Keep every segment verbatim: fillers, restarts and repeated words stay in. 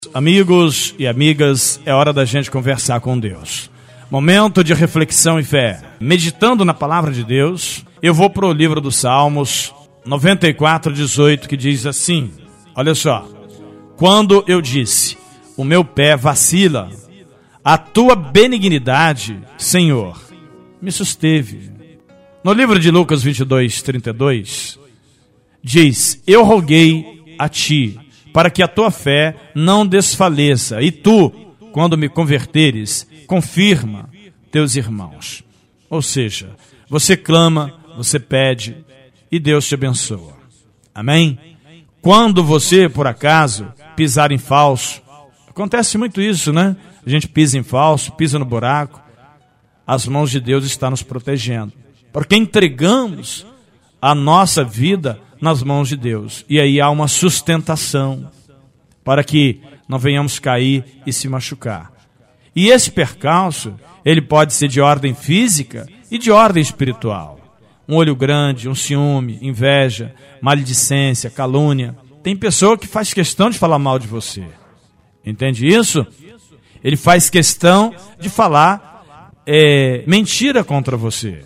Amigos e amigas, é hora da gente conversar com Deus. Momento de reflexão e fé. Meditando na palavra de Deus, eu vou para o livro dos Salmos noventa e quatro, dezoito, que diz assim, olha só. Quando eu disse, o meu pé vacila, a tua benignidade, Senhor, me susteve. No livro de Lucas vinte e dois, trinta e dois, diz, eu roguei a ti, para que a tua fé não desfaleça, e tu, quando me converteres, confirma teus irmãos. Ou seja, você clama, você pede, e Deus te abençoa. Amém? Quando você, por acaso, pisar em falso, acontece muito isso, né? A gente pisa em falso, pisa no buraco, as mãos de Deus estão nos protegendo. Porque entregamos a nossa vida nas mãos de Deus. E aí há uma sustentação para que não venhamos cair e se machucar. E esse percalço, ele pode ser de ordem física e de ordem espiritual. Um olho grande, um ciúme, inveja, maledicência, calúnia. Tem pessoa que faz questão de falar mal de você. Entende isso? Ele faz questão de falar é, mentira contra você.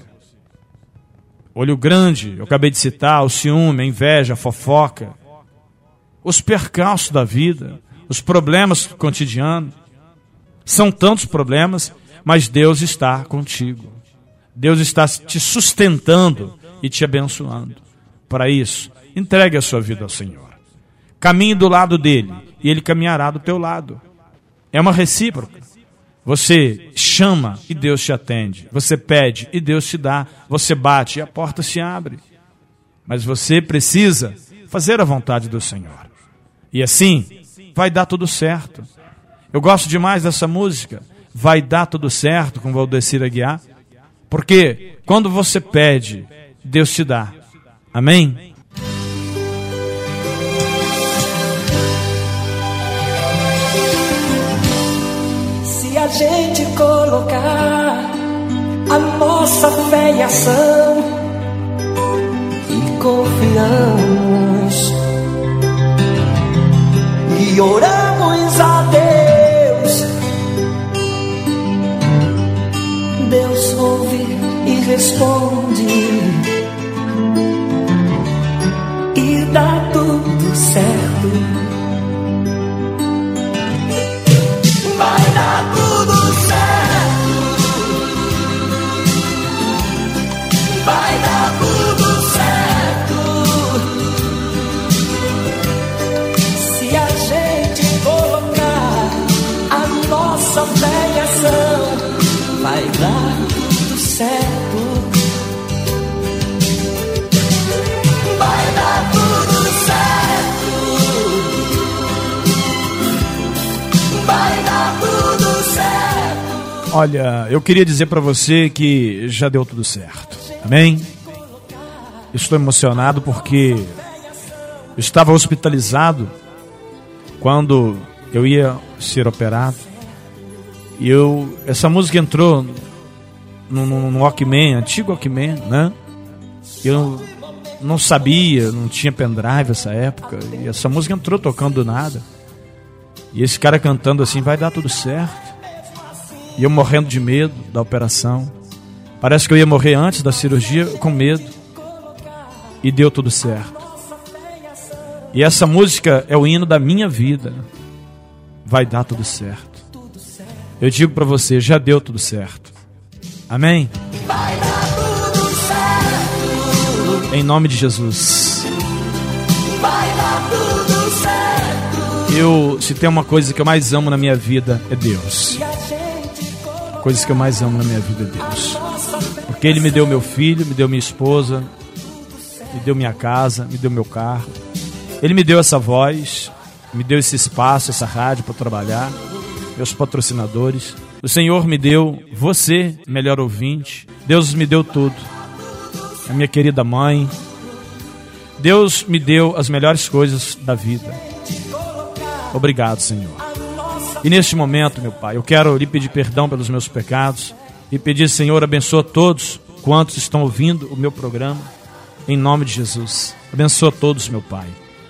Olho grande, eu acabei de citar, o ciúme, a inveja, a fofoca, os percalços da vida, os problemas cotidianos. São tantos problemas, mas Deus está contigo. Deus está te sustentando e te abençoando. Para isso, entregue a sua vida ao Senhor. Caminhe do lado dele e ele caminhará do teu lado. É uma recíproca. Você chama e Deus te atende. Você pede e Deus te dá. Você bate e a porta se abre. Mas você precisa fazer a vontade do Senhor. E assim, vai dar tudo certo. Eu gosto demais dessa música. Vai dar tudo certo, com Valdecir Aguiar. Porque quando você pede, Deus te dá. Amém? A gente colocar a nossa fé em ação e confiamos e oramos a Deus, Deus ouve e responde e dá tudo certo. Vai dar tudo certo. Vai dar tudo certo. Se a gente colocar a nossa fé em ação, vai dar tudo certo. Vai dar tudo certo. Vai dar tudo certo. Olha, eu queria dizer para você que já deu tudo certo. Amém? Estou emocionado porque eu estava hospitalizado quando eu ia ser operado. E eu, essa música entrou no, no, no Walkman, antigo Walkman, né? Eu não sabia, não tinha pendrive nessa época. E essa música entrou tocando do nada. E esse cara cantando assim, vai dar tudo certo. E eu morrendo de medo da operação. Parece que eu ia morrer antes da cirurgia com medo. E deu tudo certo. E essa música é o hino da minha vida. Vai dar tudo certo. Eu digo para você, já deu tudo certo. Amém? Vai dar tudo certo. Em nome de Jesus. Vai dar tudo certo. Eu, se tem uma coisa que eu mais amo na minha vida, é Deus. Coisas que eu mais amo na minha vida é Deus. Porque Ele me deu meu filho, me deu minha esposa, me deu minha casa, me deu meu carro. Ele me deu essa voz, me deu esse espaço, essa rádio para trabalhar, meus patrocinadores. O Senhor me deu você, melhor ouvinte. Deus me deu tudo. A minha querida mãe. Deus me deu as melhores coisas da vida. Obrigado, Senhor. E neste momento, meu Pai, eu quero lhe pedir perdão pelos meus pecados e pedir, Senhor, abençoa todos quantos estão ouvindo o meu programa, em nome de Jesus. Abençoa todos, meu Pai.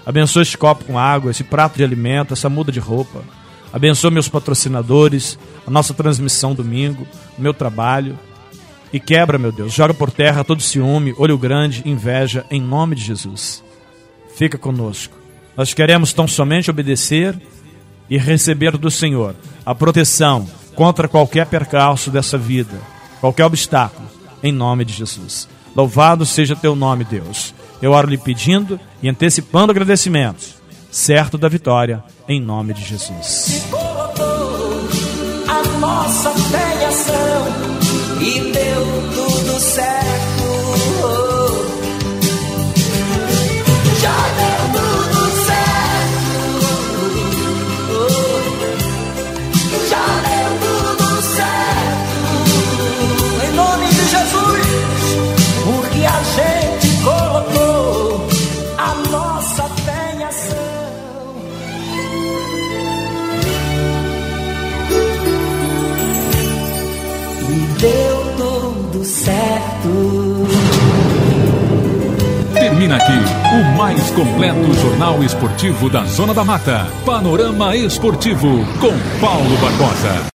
Abençoa este copo com água, esse prato de alimento, essa muda de roupa. Abençoa meus patrocinadores, a nossa transmissão domingo, o meu trabalho. E quebra, meu Deus, joga por terra todo ciúme, olho grande, inveja, em nome de Jesus. Fica conosco. Nós queremos tão somente obedecer e receber do Senhor a proteção contra qualquer percalço dessa vida, qualquer obstáculo, em nome de Jesus. Louvado seja teu nome, Deus. Eu oro lhe pedindo e antecipando agradecimentos, certo da vitória, em nome de Jesus. Se colocou a nossa fé em ação e deu tudo certo. Já deu tudo certo. Já deu tudo certo. Em nome de Jesus, porque a gente colocou a nossa fé em ação. E deu tudo certo. Termina aqui o mais completo jornal esportivo da Zona da Mata. Panorama Esportivo com Paulo Barbosa.